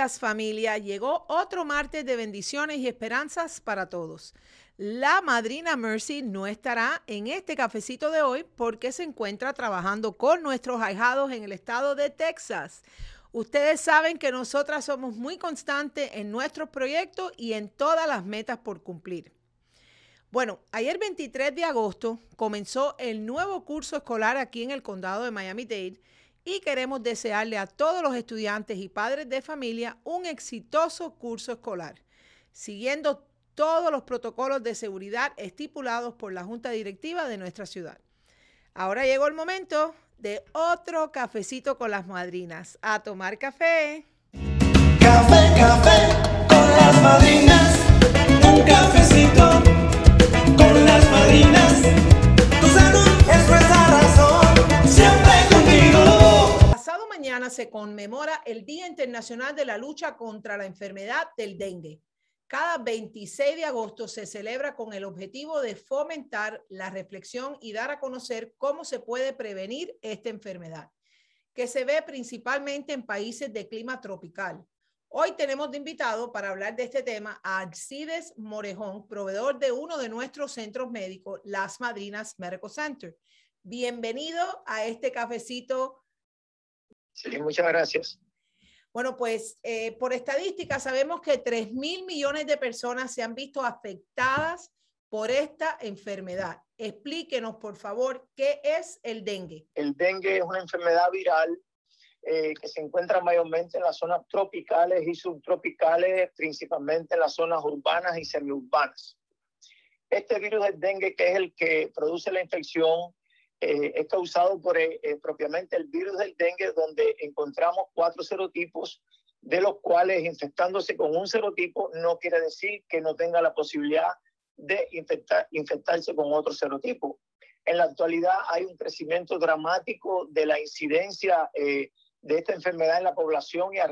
días, familia. Llegó otro martes de bendiciones y esperanzas para todos. La madrina Mercy no estará en este cafecito de hoy porque se encuentra trabajando con nuestros ahijados en el estado de Texas. Ustedes saben que nosotras somos muy constantes en nuestros proyectos y en todas las metas por cumplir. Bueno, ayer 23 de agosto comenzó el nuevo curso escolar aquí en el condado de Miami-Dade y queremos desearle a todos los estudiantes y padres de familia un exitoso curso escolar, siguiendo todos los protocolos de seguridad estipulados por la Junta Directiva de nuestra ciudad. Ahora llegó el momento de otro cafecito con las madrinas. ¡A tomar café! Café, café con las madrinas. Un cafecito con las madrinas. Tu salud es nuestra razón. Siempre contigo. Pasado mañana se conmemora el Día Internacional de la Lucha contra la Enfermedad del Dengue. Cada 26 de agosto se celebra con el objetivo de fomentar la reflexión y dar a conocer cómo se puede prevenir esta enfermedad, que se ve principalmente en países de clima tropical. Hoy tenemos de invitado para hablar de este tema a Alcides Morejón, proveedor de uno de nuestros centros médicos, Las Madrinas Medical Center. Bienvenido a este cafecito. Sí, muchas gracias. Bueno, pues por estadística sabemos que 3,000 millones de personas se han visto afectadas por esta enfermedad. Explíquenos, por favor, ¿qué es el dengue? El dengue es una enfermedad viral que se encuentra mayormente en las zonas tropicales y subtropicales, principalmente en las zonas urbanas y semiurbanas. Este virus del dengue, que es el que produce la infección, es causado por propiamente el virus del dengue, donde encontramos 4 serotipos, de los cuales infectándose con un serotipo no quiere decir que no tenga la posibilidad de infectarse con otro serotipo. En la actualidad hay un crecimiento dramático de la incidencia de esta enfermedad en la población y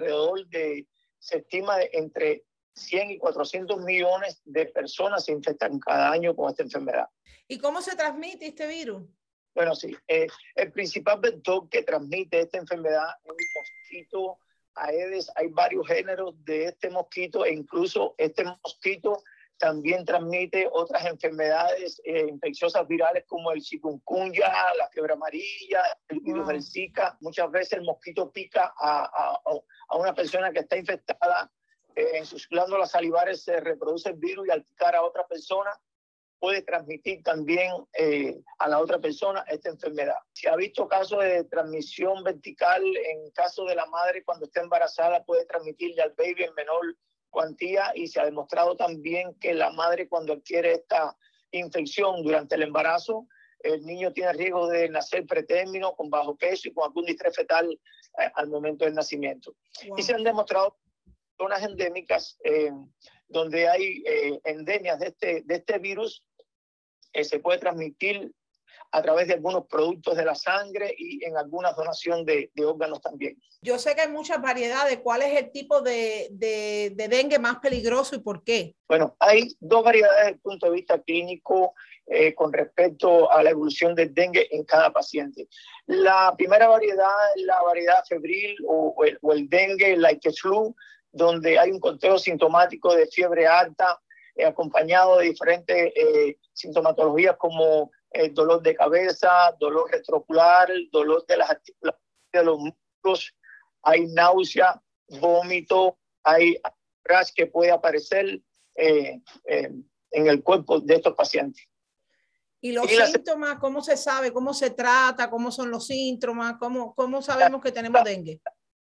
se estima de entre 100 y 400 millones de personas se infectan cada año con esta enfermedad. ¿Y cómo se transmite este virus? Bueno, sí. El principal vector que transmite esta enfermedad es el mosquito Aedes. Hay varios géneros de este mosquito e incluso este mosquito también transmite otras enfermedades infecciosas virales como el chikungunya, la fiebre amarilla, el virus del Zika. Muchas veces el mosquito pica a una persona que está infectada. En sus glándulas salivares se reproduce el virus y al picar a otra persona puede transmitir también a la otra persona esta enfermedad. Se ha visto casos de transmisión vertical en caso de la madre cuando está embarazada, puede transmitirle al baby en menor cuantía, y se ha demostrado también que la madre cuando adquiere esta infección durante el embarazo, el niño tiene riesgo de nacer pretérmino, con bajo peso y con algún distrés fetal al momento del nacimiento. Wow. Y se han demostrado zonas endémicas donde hay endemias de este virus. Se puede transmitir a través de algunos productos de la sangre y en alguna donación de órganos también. Yo sé que hay muchas variedades. ¿Cuál es el tipo de dengue más peligroso y por qué? Bueno, hay 2 variedades desde el punto de vista clínico con respecto a la evolución del dengue en cada paciente. La primera variedad es la variedad febril o el dengue like flu, donde hay un conteo sintomático de fiebre alta, acompañado de diferentes sintomatologías como dolor de cabeza, dolor retroocular, dolor de las articulaciones de los músculos, hay náusea, vómito, hay rash que puede aparecer en el cuerpo de estos pacientes. ¿Y los síntomas? ¿Cómo se sabe? ¿Cómo se trata? ¿Cómo son los síntomas? ¿Cómo sabemos que tenemos dengue?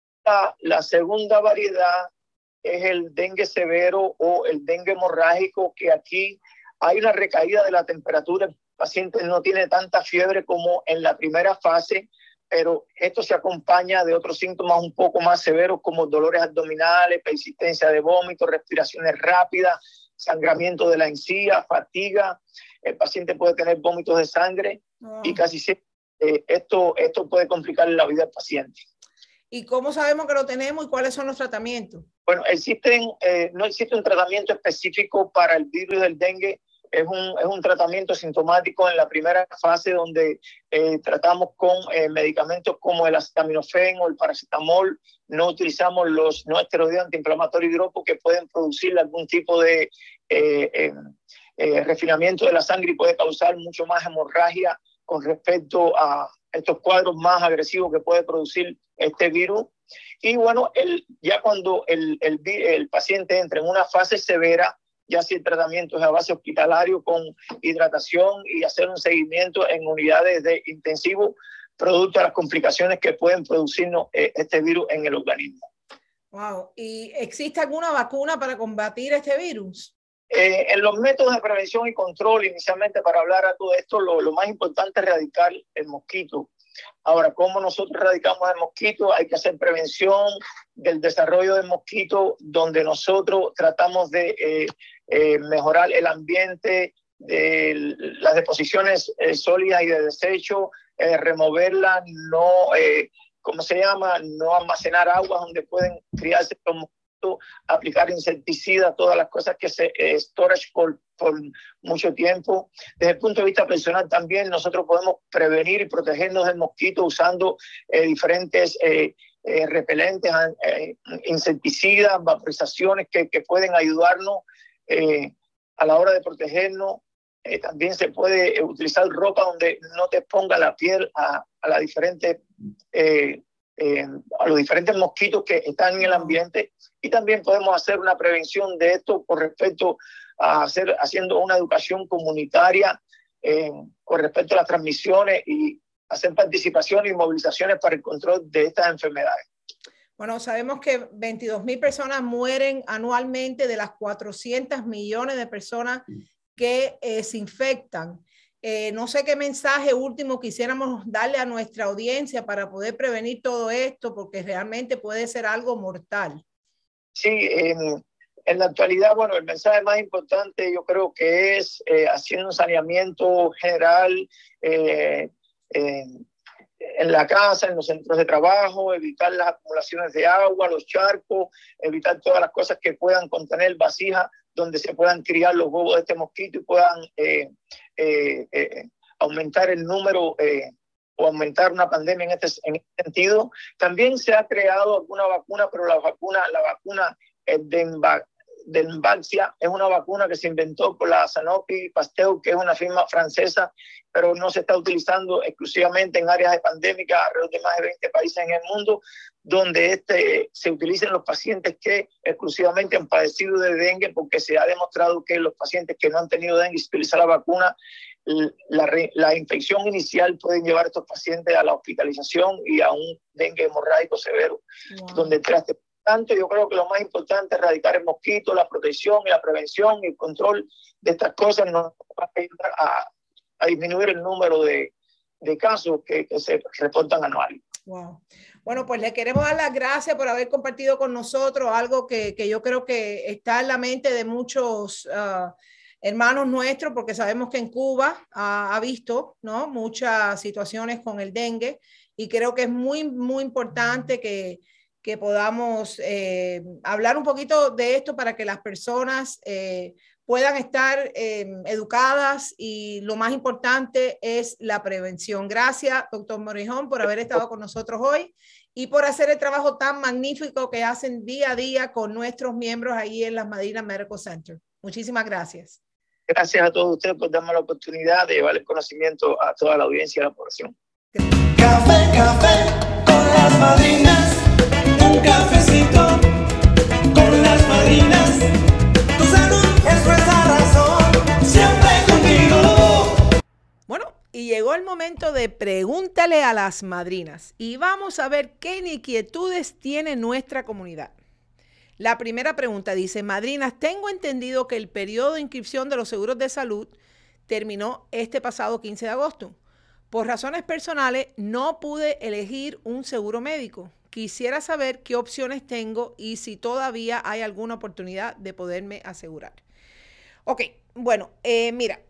La segunda variedad es el dengue severo o el dengue hemorrágico, que aquí hay una recaída de la temperatura. El paciente no tiene tanta fiebre como en la primera fase, pero esto se acompaña de otros síntomas un poco más severos como dolores abdominales, persistencia de vómito, respiraciones rápidas, sangramiento de la encía, fatiga. El paciente puede tener vómitos de sangre y casi siempre esto puede complicar la vida del paciente. ¿Y cómo sabemos que lo tenemos y cuáles son los tratamientos? Bueno, no existe un tratamiento específico para el virus del dengue, es un tratamiento sintomático en la primera fase donde tratamos con medicamentos como el acetaminofén o el paracetamol. No utilizamos los no esteroides antiinflamatorios hidropo que pueden producir algún tipo de refinamiento de la sangre y puede causar mucho más hemorragia con respecto a estos cuadros más agresivos que puede producir este virus. Y bueno, ya cuando el paciente entra en una fase severa, ya si el tratamiento es a base hospitalario con hidratación y hacer un seguimiento en unidades de intensivo, producto de las complicaciones que pueden producirnos este virus en el organismo. Wow. ¿Y existe alguna vacuna para combatir este virus? En los métodos de prevención y control, inicialmente para hablar a todo esto, lo más importante es erradicar el mosquito. Ahora, ¿cómo nosotros erradicamos el mosquito? Hay que hacer prevención del desarrollo del mosquito, donde nosotros tratamos de mejorar el ambiente, de las deposiciones sólidas y de desecho, removerlas, no almacenar aguas donde pueden criarse los mosquitos, aplicar insecticidas, todas las cosas que se storage por mucho tiempo. Desde el punto de vista personal también nosotros podemos prevenir y protegernos del mosquito usando diferentes repelentes, insecticidas, vaporizaciones que pueden ayudarnos a la hora de protegernos. También se puede utilizar ropa donde no te exponga la piel a los diferentes mosquitos que están en el ambiente, y también podemos hacer una prevención de esto con respecto a haciendo una educación comunitaria con respecto a las transmisiones y hacer participación y movilizaciones para el control de estas enfermedades. Bueno, sabemos que 22,000 personas mueren anualmente de las 400 millones de personas que se infectan. No sé qué mensaje último quisiéramos darle a nuestra audiencia para poder prevenir todo esto, porque realmente puede ser algo mortal. Sí, en la actualidad, bueno, el mensaje más importante yo creo que es haciendo un saneamiento general en la casa, en los centros de trabajo, evitar las acumulaciones de agua, los charcos, evitar todas las cosas que puedan contener vasijas donde se puedan criar los huevos de este mosquito y puedan aumentar el número o aumentar una pandemia en este sentido. También se ha creado alguna vacuna, pero la vacuna de Envaxia es una vacuna que se inventó por la Sanofi Pasteur, que es una firma francesa, pero no se está utilizando exclusivamente en áreas de pandémica alrededor de más de 20 países en el mundo, donde se utiliza en los pacientes que exclusivamente han padecido de dengue, porque se ha demostrado que los pacientes que no han tenido dengue, si utilizan la vacuna, la infección inicial puede llevar a estos pacientes a la hospitalización y a un dengue hemorrágico severo. Wow. Donde tanto yo creo que lo más importante es erradicar el mosquito, la protección y la prevención y el control de estas cosas nos va a ayudar a disminuir el número de casos que se reportan anuales. Wow. Bueno, pues le queremos dar las gracias por haber compartido con nosotros algo que yo creo que está en la mente de muchos hermanos nuestros, porque sabemos que en Cuba ha visto, ¿no?, muchas situaciones con el dengue, y creo que es muy, muy importante que podamos hablar un poquito de esto para que las personas puedan estar educadas, y lo más importante es la prevención. Gracias, doctor Morejón, por haber estado con nosotros hoy y por hacer el trabajo tan magnífico que hacen día a día con nuestros miembros ahí en Las Madrinas Medical Center. Muchísimas gracias. Gracias a todos ustedes por darme la oportunidad de llevar el conocimiento a toda la audiencia y a la población. Café, café con las madrinas, un cafecito con las madrinas, tu salud es nuestra razón, siempre contigo. Bueno, y llegó el momento de pregúntale a las madrinas, y vamos a ver qué inquietudes tiene nuestra comunidad. La primera pregunta dice: madrinas, tengo entendido que el periodo de inscripción de los seguros de salud terminó este pasado 15 de agosto. Por razones personales no pude elegir un seguro médico. Quisiera saber qué opciones tengo y si todavía hay alguna oportunidad de poderme asegurar. Ok, bueno, mira,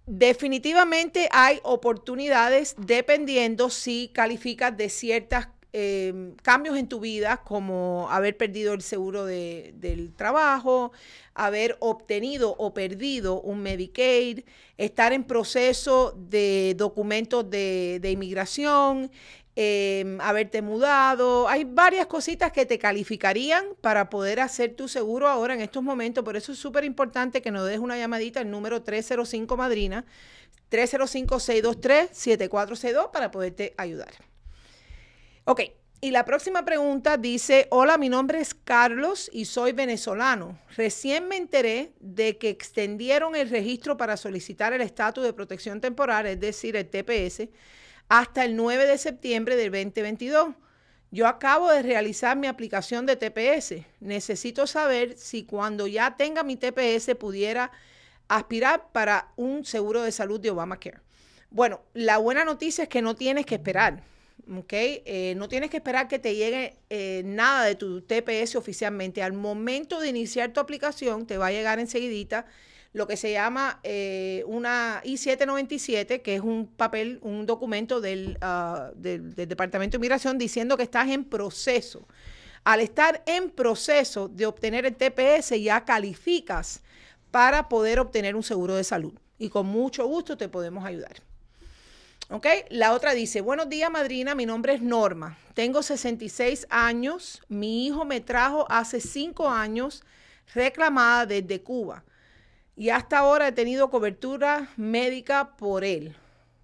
definitivamente hay oportunidades dependiendo si calificas de ciertas cambios en tu vida, como haber perdido el seguro del trabajo, haber obtenido o perdido un Medicaid, estar en proceso de documentos de inmigración, haberte mudado. Hay varias cositas que te calificarían para poder hacer tu seguro ahora en estos momentos. Por eso es súper importante que nos des una llamadita al número 305 Madrina, 305-623-7462 para poderte ayudar. Ok, y la próxima pregunta dice: hola, mi nombre es Carlos y soy venezolano. Recién me enteré de que extendieron el registro para solicitar el estatus de protección temporal, es decir, el TPS, hasta el 9 de septiembre del 2022. Yo acabo de realizar mi aplicación de TPS. Necesito saber si cuando ya tenga mi TPS pudiera aspirar para un seguro de salud de Obamacare. Bueno, la buena noticia es que no tienes que esperar, ¿ok? No tienes que esperar que te llegue nada de tu TPS oficialmente. Al momento de iniciar tu aplicación te va a llegar enseguidita lo que se llama una I-797, que es un papel, un documento del Departamento de Inmigración diciendo que estás en proceso. Al estar en proceso de obtener el TPS ya calificas para poder obtener un seguro de salud. Y con mucho gusto te podemos ayudar. ¿Ok? La otra dice: buenos días, madrina, mi nombre es Norma. Tengo 66 años. Mi hijo me trajo hace 5 años reclamada desde Cuba. Y hasta ahora he tenido cobertura médica por él.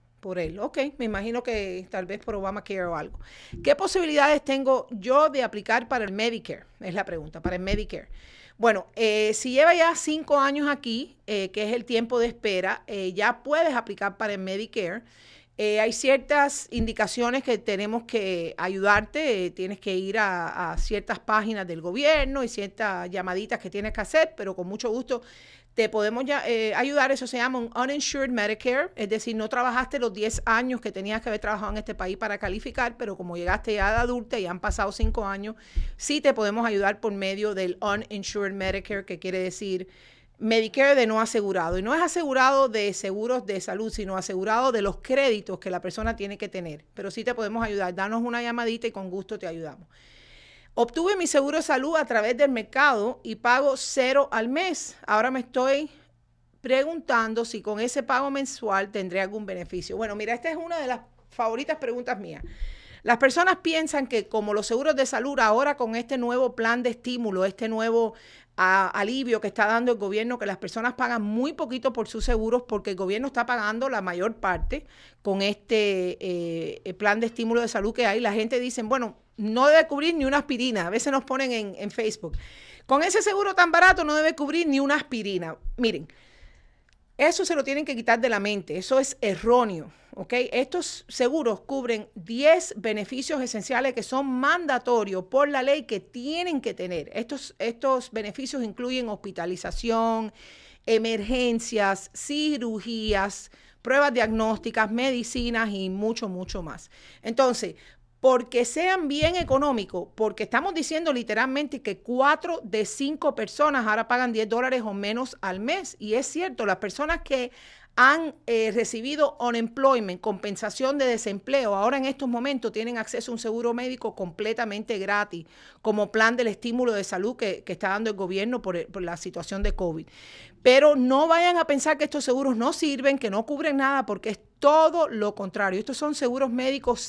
Ok, me imagino que tal vez por Obamacare o algo. ¿Qué posibilidades tengo yo de aplicar para el Medicare? Es la pregunta, para el Medicare. Bueno, si lleva ya 5 años aquí, que es el tiempo de espera, ya puedes aplicar para el Medicare. Hay ciertas indicaciones que tenemos que ayudarte. Tienes que ir a ciertas páginas del gobierno y ciertas llamaditas que tienes que hacer, pero con mucho gusto te podemos ayudar. Eso se llama un uninsured Medicare, es decir, no trabajaste los 10 años que tenías que haber trabajado en este país para calificar, pero como llegaste ya de adulta y han pasado 5 años, sí te podemos ayudar por medio del uninsured Medicare, que quiere decir Medicare de no asegurado. Y no es asegurado de seguros de salud, sino asegurado de los créditos que la persona tiene que tener. Pero sí te podemos ayudar. Danos una llamadita y con gusto te ayudamos. Obtuve mi seguro de salud a través del mercado y pago $0 al mes. Ahora me estoy preguntando si con ese pago mensual tendré algún beneficio. Bueno, mira, esta es una de las favoritas preguntas mías. Las personas piensan que como los seguros de salud ahora con este nuevo plan de estímulo, este nuevo alivio que está dando el gobierno, que las personas pagan muy poquito por sus seguros porque el gobierno está pagando la mayor parte con este plan de estímulo de salud que hay. La gente dice, bueno, no debe cubrir ni una aspirina. A veces nos ponen en Facebook. Con ese seguro tan barato no debe cubrir ni una aspirina. Miren, eso se lo tienen que quitar de la mente. Eso es erróneo, ¿ok? Estos seguros cubren 10 beneficios esenciales que son mandatorios por la ley que tienen que tener. Estos beneficios incluyen hospitalización, emergencias, cirugías, pruebas diagnósticas, medicinas y mucho, mucho más. Entonces, porque sean bien económicos, porque estamos diciendo literalmente que 4 de 5 personas ahora pagan $10 o menos al mes. Y es cierto, las personas que han recibido unemployment, compensación de desempleo, ahora en estos momentos tienen acceso a un seguro médico completamente gratis, como plan del estímulo de salud que está dando el gobierno por la situación de COVID. Pero no vayan a pensar que estos seguros no sirven, que no cubren nada, porque es todo lo contrario. Estos son seguros médicos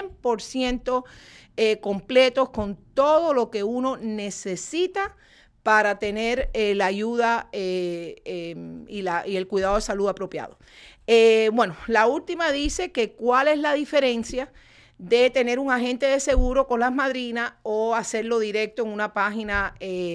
100% completos, con todo lo que uno necesita para tener la ayuda y el cuidado de salud apropiado. Bueno, la última dice que cuál es la diferencia de tener un agente de seguro con las madrinas o hacerlo directo en una página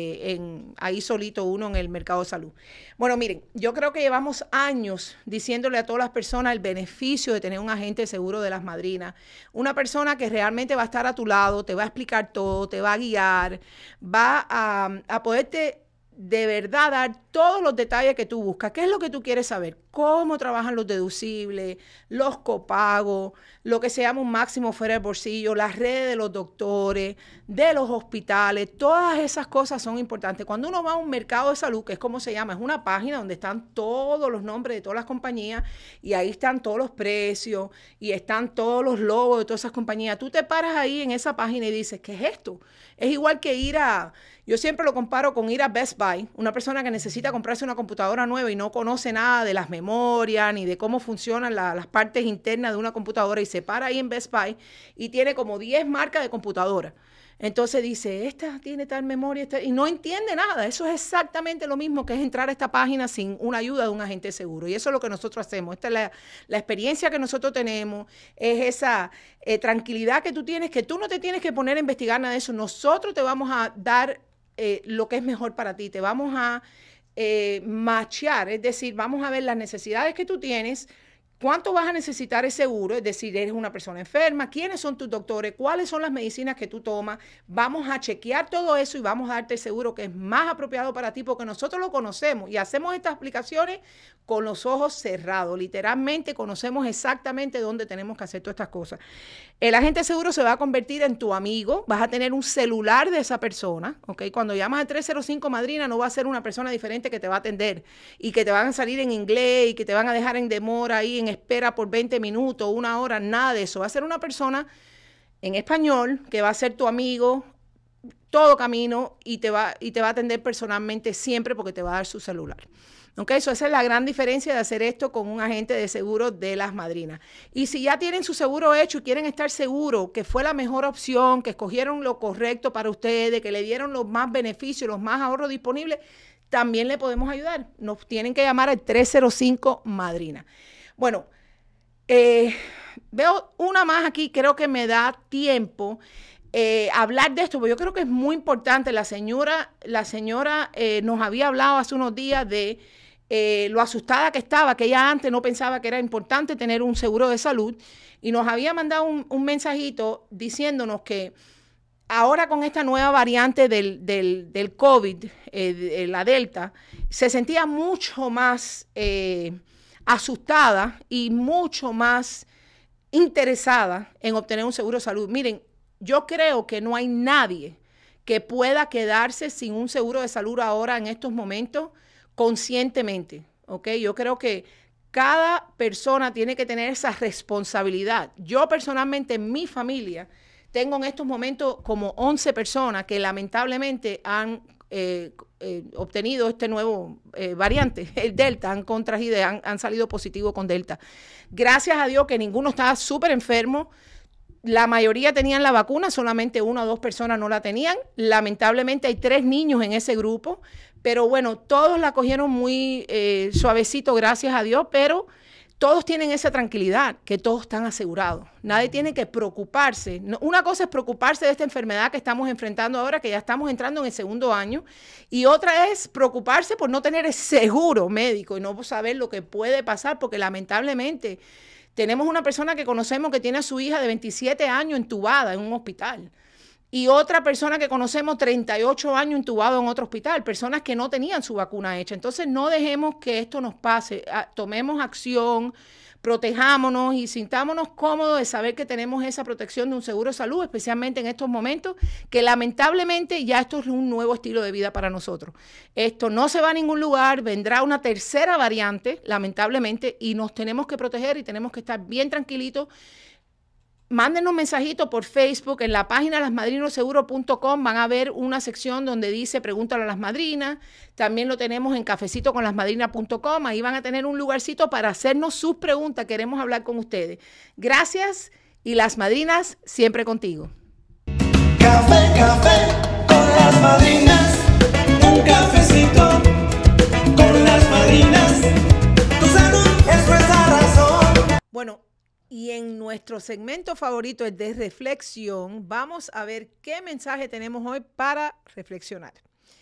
ahí solito uno en el mercado de salud. Bueno, miren, yo creo que llevamos años diciéndole a todas las personas el beneficio de tener un agente de seguro de las madrinas, una persona que realmente va a estar a tu lado, te va a explicar todo, te va a guiar, va a poderte de verdad dar todos los detalles que tú buscas. ¿Qué es lo que tú quieres saber? Cómo trabajan los deducibles, los copagos, lo que se llama un máximo fuera del bolsillo, las redes de los doctores, de los hospitales, todas esas cosas son importantes. Cuando uno va a un mercado de salud, que es como se llama, es una página donde están todos los nombres de todas las compañías y ahí están todos los precios y están todos los logos de todas esas compañías. Tú te paras ahí en esa página y dices, ¿qué es esto? Es igual que yo siempre lo comparo con ir a Best Buy, una persona que necesita comprarse una computadora nueva y no conoce nada de las memorias ni de cómo funcionan las partes internas de una computadora y se para ahí en Best Buy y tiene como 10 marcas de computadora. Entonces dice, esta tiene tal memoria, y no entiende nada. Eso es exactamente lo mismo que es entrar a esta página sin una ayuda de un agente seguro. Y eso es lo que nosotros hacemos. Esta es la experiencia que nosotros tenemos, es esa tranquilidad que tú tienes, que tú no te tienes que poner a investigar nada de eso. Nosotros te vamos a dar lo que es mejor para ti. Te vamos a machear, es decir, vamos a ver las necesidades que tú tienes. ¿Cuánto vas a necesitar el seguro? Es decir, eres una persona enferma, ¿quiénes son tus doctores? ¿Cuáles son las medicinas que tú tomas? Vamos a chequear todo eso y vamos a darte el seguro que es más apropiado para ti porque nosotros lo conocemos y hacemos estas aplicaciones con los ojos cerrados. Literalmente conocemos exactamente dónde tenemos que hacer todas estas cosas. El agente seguro se va a convertir en tu amigo, vas a tener un celular de esa persona, ¿ok? Cuando llamas al 305 Madrina no va a ser una persona diferente que te va a atender y que te van a salir en inglés y que te van a dejar en demora ahí en espera por 20 minutos, 1 hora, nada de eso. Va a ser una persona en español que va a ser tu amigo todo camino y te va a atender personalmente siempre porque te va a dar su celular. ¿Ok? Esa es la gran diferencia de hacer esto con un agente de seguro de Las Madrinas. Y si ya tienen su seguro hecho y quieren estar seguros que fue la mejor opción, que escogieron lo correcto para ustedes, que le dieron los más beneficios, los más ahorros disponibles, también le podemos ayudar. Nos tienen que llamar al 305 Madrina. Bueno, veo una más aquí, creo que me da tiempo hablar de esto, porque yo creo que es muy importante. La señora nos había hablado hace unos días de lo asustada que estaba, que ella antes no pensaba que era importante tener un seguro de salud, y nos había mandado un mensajito diciéndonos que ahora con esta nueva variante del COVID, la Delta, se sentía mucho más asustada y mucho más interesada en obtener un seguro de salud. Miren, yo creo que no hay nadie que pueda quedarse sin un seguro de salud ahora en estos momentos conscientemente, ¿ok? Yo creo que cada persona tiene que tener esa responsabilidad. Yo personalmente en mi familia tengo en estos momentos como 11 personas que lamentablemente han obtenido este nuevo variante, el Delta, han contraído, han salido positivos con Delta. Gracias a Dios que ninguno estaba súper enfermo. La mayoría tenían la vacuna, solamente 1 o 2 personas no la tenían. Lamentablemente hay 3 niños en ese grupo, pero bueno, todos la cogieron muy suavecito, gracias a Dios, pero todos tienen esa tranquilidad, que todos están asegurados. Nadie tiene que preocuparse. Una cosa es preocuparse de esta enfermedad que estamos enfrentando ahora, que ya estamos entrando en el 2.º año, y otra es preocuparse por no tener el seguro médico y no saber lo que puede pasar, porque lamentablemente tenemos una persona que conocemos que tiene a su hija de 27 años entubada en un hospital. Y otra persona que conocemos 38 años intubado en otro hospital, personas que no tenían su vacuna hecha. Entonces no dejemos que esto nos pase, tomemos acción, protejámonos y sintámonos cómodos de saber que tenemos esa protección de un seguro de salud, especialmente en estos momentos, que lamentablemente ya esto es un nuevo estilo de vida para nosotros. Esto no se va a ningún lugar, vendrá una tercera variante, lamentablemente, y nos tenemos que proteger y tenemos que estar bien tranquilitos. Mándenos mensajitos por Facebook, en la página lasmadrinoseguro.com van a ver una sección donde dice Pregúntale a las Madrinas. También lo tenemos en cafecitoconlasmadrinas.com. Ahí van a tener un lugarcito para hacernos sus preguntas. Queremos hablar con ustedes. Gracias y Las Madrinas siempre contigo. Café, café con las madrinas. Un cafecito con las madrinas. Tu salud es nuestra razón. Bueno, y en nuestro segmento favorito, el de reflexión, vamos a ver qué mensaje tenemos hoy para reflexionar.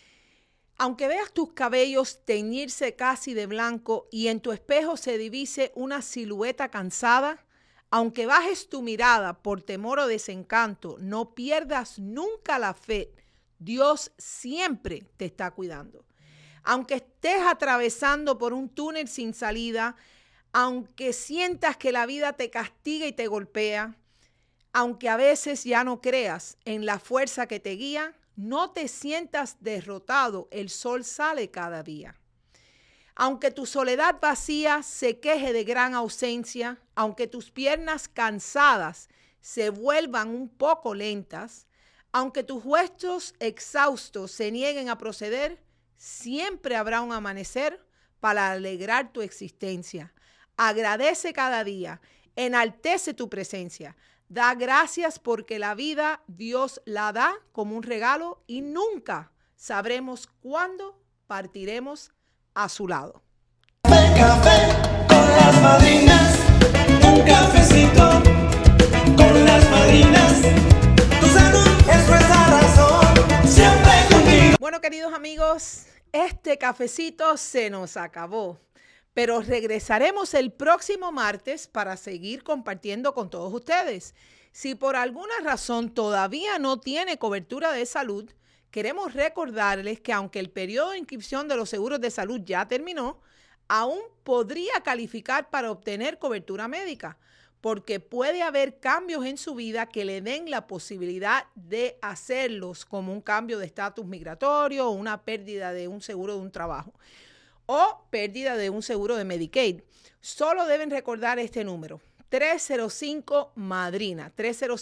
Aunque veas tus cabellos teñirse casi de blanco y en tu espejo se divise una silueta cansada, aunque bajes tu mirada por temor o desencanto, no pierdas nunca la fe. Dios siempre te está cuidando. Aunque estés atravesando por un túnel sin salida, aunque sientas que la vida te castiga y te golpea, aunque a veces ya no creas en la fuerza que te guía, no te sientas derrotado, el sol sale cada día. Aunque tu soledad vacía se queje de gran ausencia, aunque tus piernas cansadas se vuelvan un poco lentas, aunque tus huesos exhaustos se nieguen a proceder, siempre habrá un amanecer para alegrar tu existencia. Agradece cada día, enaltece tu presencia. Da gracias porque la vida Dios la da como un regalo y nunca sabremos cuándo partiremos a su lado. Café, café con las madrinas, un cafecito con las madrinas. Tu salud es nuestra razón, siempre contigo. Bueno, queridos amigos, este cafecito se nos acabó, pero regresaremos el próximo martes para seguir compartiendo con todos ustedes. Si por alguna razón todavía no tiene cobertura de salud, queremos recordarles que aunque el periodo de inscripción de los seguros de salud ya terminó, aún podría calificar para obtener cobertura médica, porque puede haber cambios en su vida que le den la posibilidad de hacerlos, como un cambio de estatus migratorio o una pérdida de un seguro de un trabajo o pérdida de un seguro de Medicaid. Solo deben recordar este número, 305-MADRINA,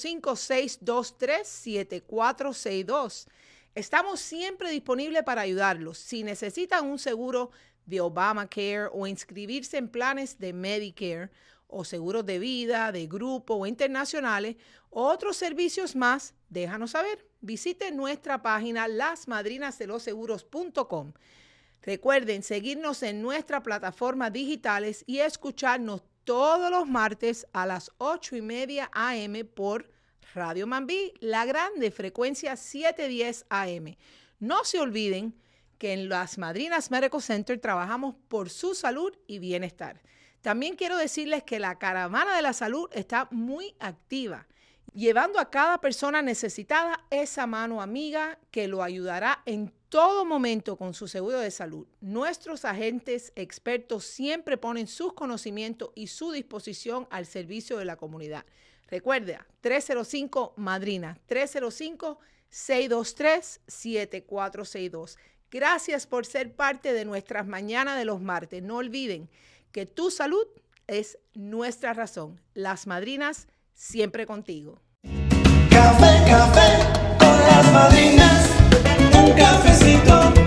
305-623-7462. Estamos siempre disponibles para ayudarlos. Si necesitan un seguro de Obamacare o inscribirse en planes de Medicare o seguros de vida, de grupo o internacionales o otros servicios más, déjanos saber. Visite nuestra página lasmadrinasdeloseguros.com. Recuerden seguirnos en nuestras plataformas digitales y escucharnos todos los martes a las 8:30 a.m. por Radio Mambí, la grande frecuencia 710 AM. No se olviden que en Las Madrinas Medical Center trabajamos por su salud y bienestar. También quiero decirles que la Caravana de la Salud está muy activa, llevando a cada persona necesitada esa mano amiga que lo ayudará en todo momento con su seguro de salud. Nuestros agentes expertos siempre ponen sus conocimientos y su disposición al servicio de la comunidad. Recuerda, 305-MADRINA, 305-623-7462. Gracias por ser parte de nuestras mañanas de los martes. No olviden que tu salud es nuestra razón. Las Madrinas siempre contigo. Café, café con las madrinas, un cafecito